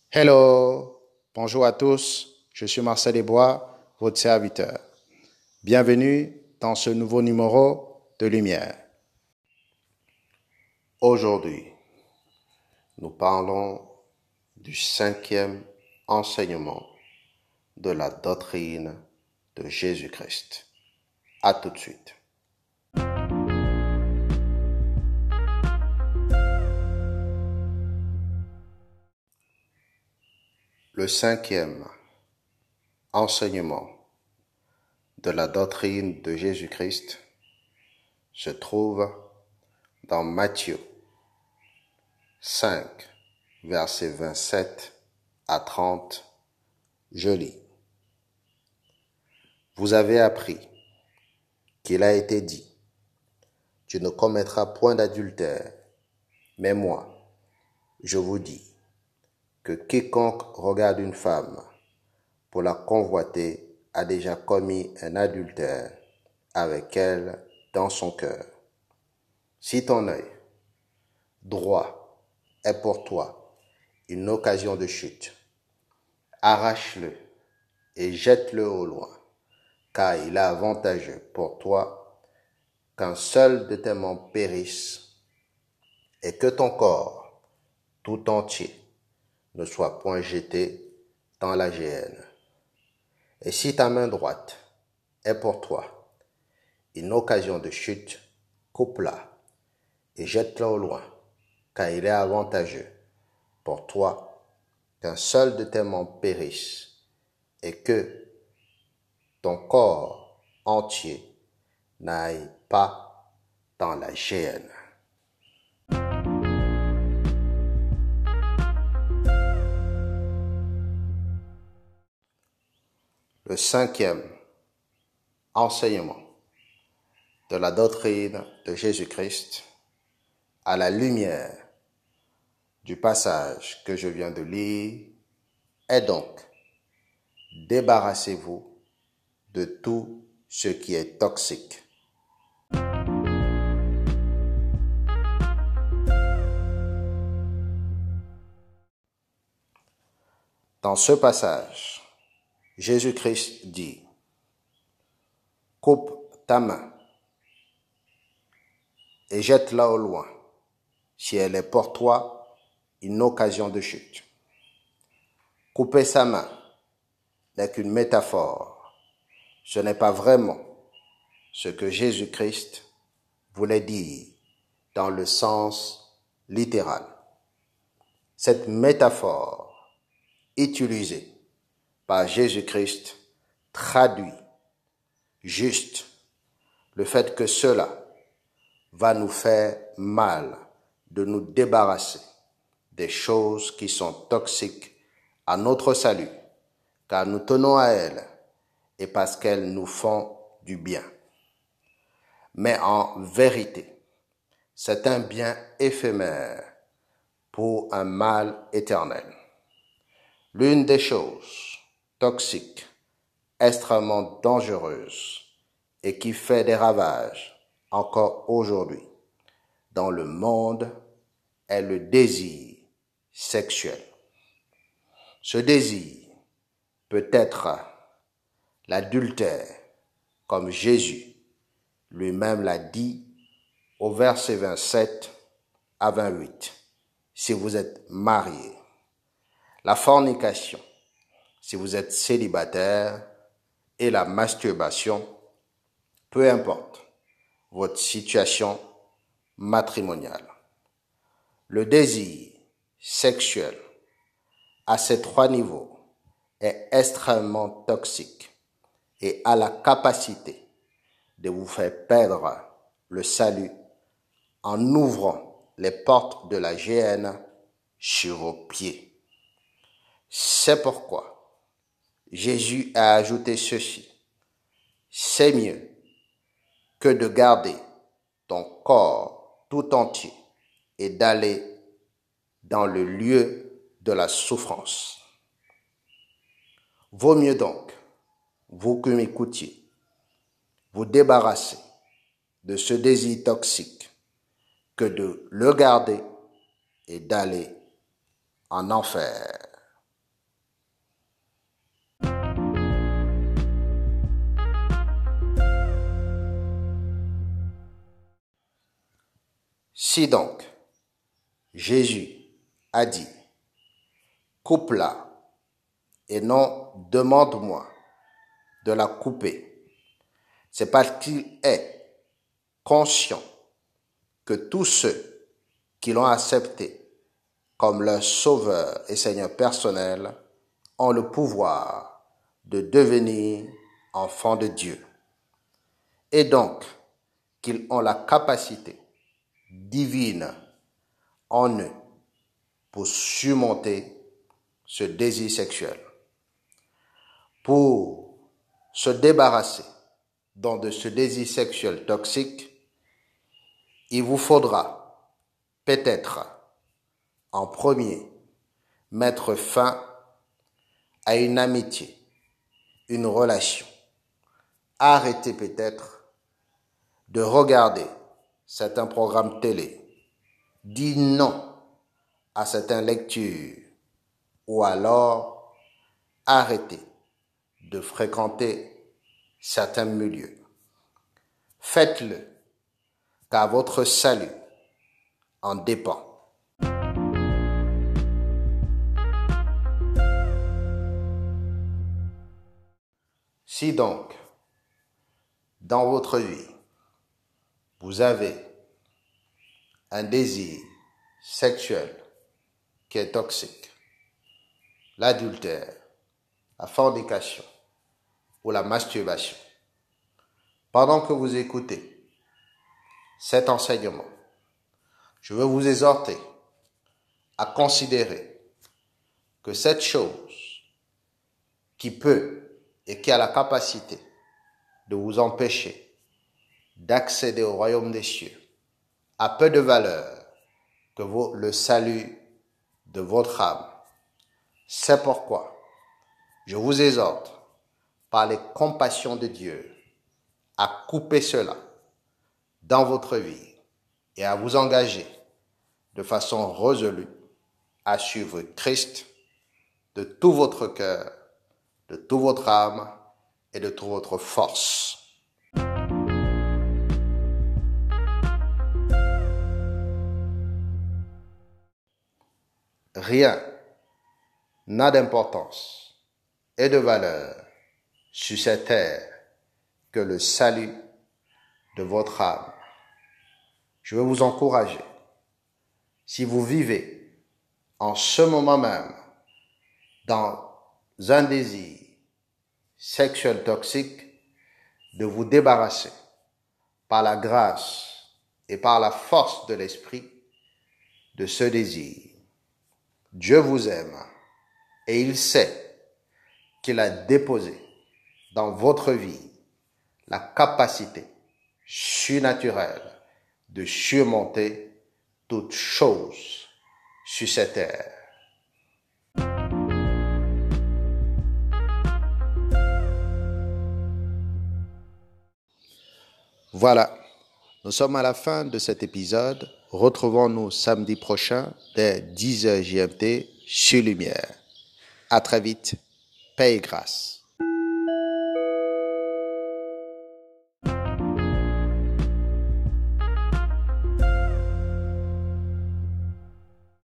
Hello, bonjour à tous, je suis Marcel Desbois, votre serviteur. Bienvenue dans ce nouveau numéro de Lumière. Aujourd'hui, nous parlons du 5e enseignement de la doctrine de Jésus-Christ. À tout de suite. Le 5e enseignement de la doctrine de Jésus-Christ se trouve dans Matthieu 5, versets 27 à 30. Je lis. Vous avez appris qu'il a été dit, tu ne commettras point d'adultère, mais moi, je vous dis que quiconque regarde une femme pour la convoiter a déjà commis un adultère avec elle dans son cœur. Si ton œil droit est pour toi une occasion de chute, arrache-le et jette-le au loin, car il est avantageux pour toi qu'un seul de tes membres périsse et que ton corps tout entier ne soit point jeté dans la géhenne. Et si ta main droite est pour toi une occasion de chute, coupe-la et jette-la au loin, car il est avantageux pour toi qu'un seul de tes membres périsse et que ton corps entier n'aille pas dans la géhenne. Le 5e enseignement de la doctrine de Jésus-Christ à la lumière du passage que je viens de lire est donc: débarrassez-vous de tout ce qui est toxique. Dans ce passage, Jésus-Christ dit: coupe ta main et jette-la au loin, si elle est pour toi une occasion de chute. Couper sa main n'est qu'une métaphore. Ce n'est pas vraiment ce que Jésus-Christ voulait dire dans le sens littéral. Cette métaphore utilisée par Jésus-Christ traduit juste le fait que cela va nous faire mal de nous débarrasser des choses qui sont toxiques à notre salut, car nous tenons à elles et parce qu'elles nous font du bien. Mais en vérité, c'est un bien éphémère pour un mal éternel. L'une des choses toxiques, extrêmement dangereuses et qui fait des ravages encore aujourd'hui dans le monde est le désir sexuel. Ce désir peut être l'adultère, comme Jésus lui-même l'a dit au verset 27 à 28, si vous êtes marié. La fornication, si vous êtes célibataire, et la masturbation, peu importe votre situation matrimoniale. Le désir sexuel à ces 3 niveaux est extrêmement toxique et a la capacité de vous faire perdre le salut en ouvrant les portes de la géhenne sur vos pieds. C'est pourquoi Jésus a ajouté ceci: c'est mieux que de garder ton corps tout entier et d'aller dans le lieu de la souffrance. Vaut mieux donc, vous qui m'écoutiez, vous débarrasser de ce désir toxique que de le garder et d'aller en enfer. Si donc Jésus a dit, coupe-la et non demande-moi de la couper, c'est parce qu'il est conscient que tous ceux qui l'ont accepté comme leur sauveur et Seigneur personnel ont le pouvoir de devenir enfants de Dieu. Et donc qu'ils ont la capacité divine en eux pour surmonter ce désir sexuel. Pour se débarrasser donc de ce désir sexuel toxique, il vous faudra peut-être en premier mettre fin à une amitié, une relation. Arrêtez peut-être de regarder certains programmes télé, dire non à certaines lectures ou alors arrêtez de fréquenter certains milieux. Faites-le, car votre salut en dépend. Si donc, dans votre vie, vous avez un désir sexuel qui est toxique, l'adultère, la fornication ou la masturbation, pendant que vous écoutez cet enseignement, je veux vous exhorter à considérer que cette chose qui peut et qui a la capacité de vous empêcher d'accéder au royaume des cieux a peu de valeur que le salut de votre âme. C'est pourquoi je vous exhorte par les compassions de Dieu à couper cela dans votre vie et à vous engager de façon résolue à suivre Christ de tout votre cœur, de toute votre âme et de toute votre force. Rien n'a d'importance et de valeur sur cette terre que le salut de votre âme. Je veux vous encourager, si vous vivez en ce moment même dans un désir sexuel toxique, de vous débarrasser par la grâce et par la force de l'esprit de ce désir. Dieu vous aime et il sait qu'il a déposé dans votre vie la capacité surnaturelle de surmonter toutes choses sur cette terre. Voilà, nous sommes à la fin de cet épisode. Retrouvons-nous samedi prochain dès 10h GMT sur Lumière. À très vite, paix et grâce.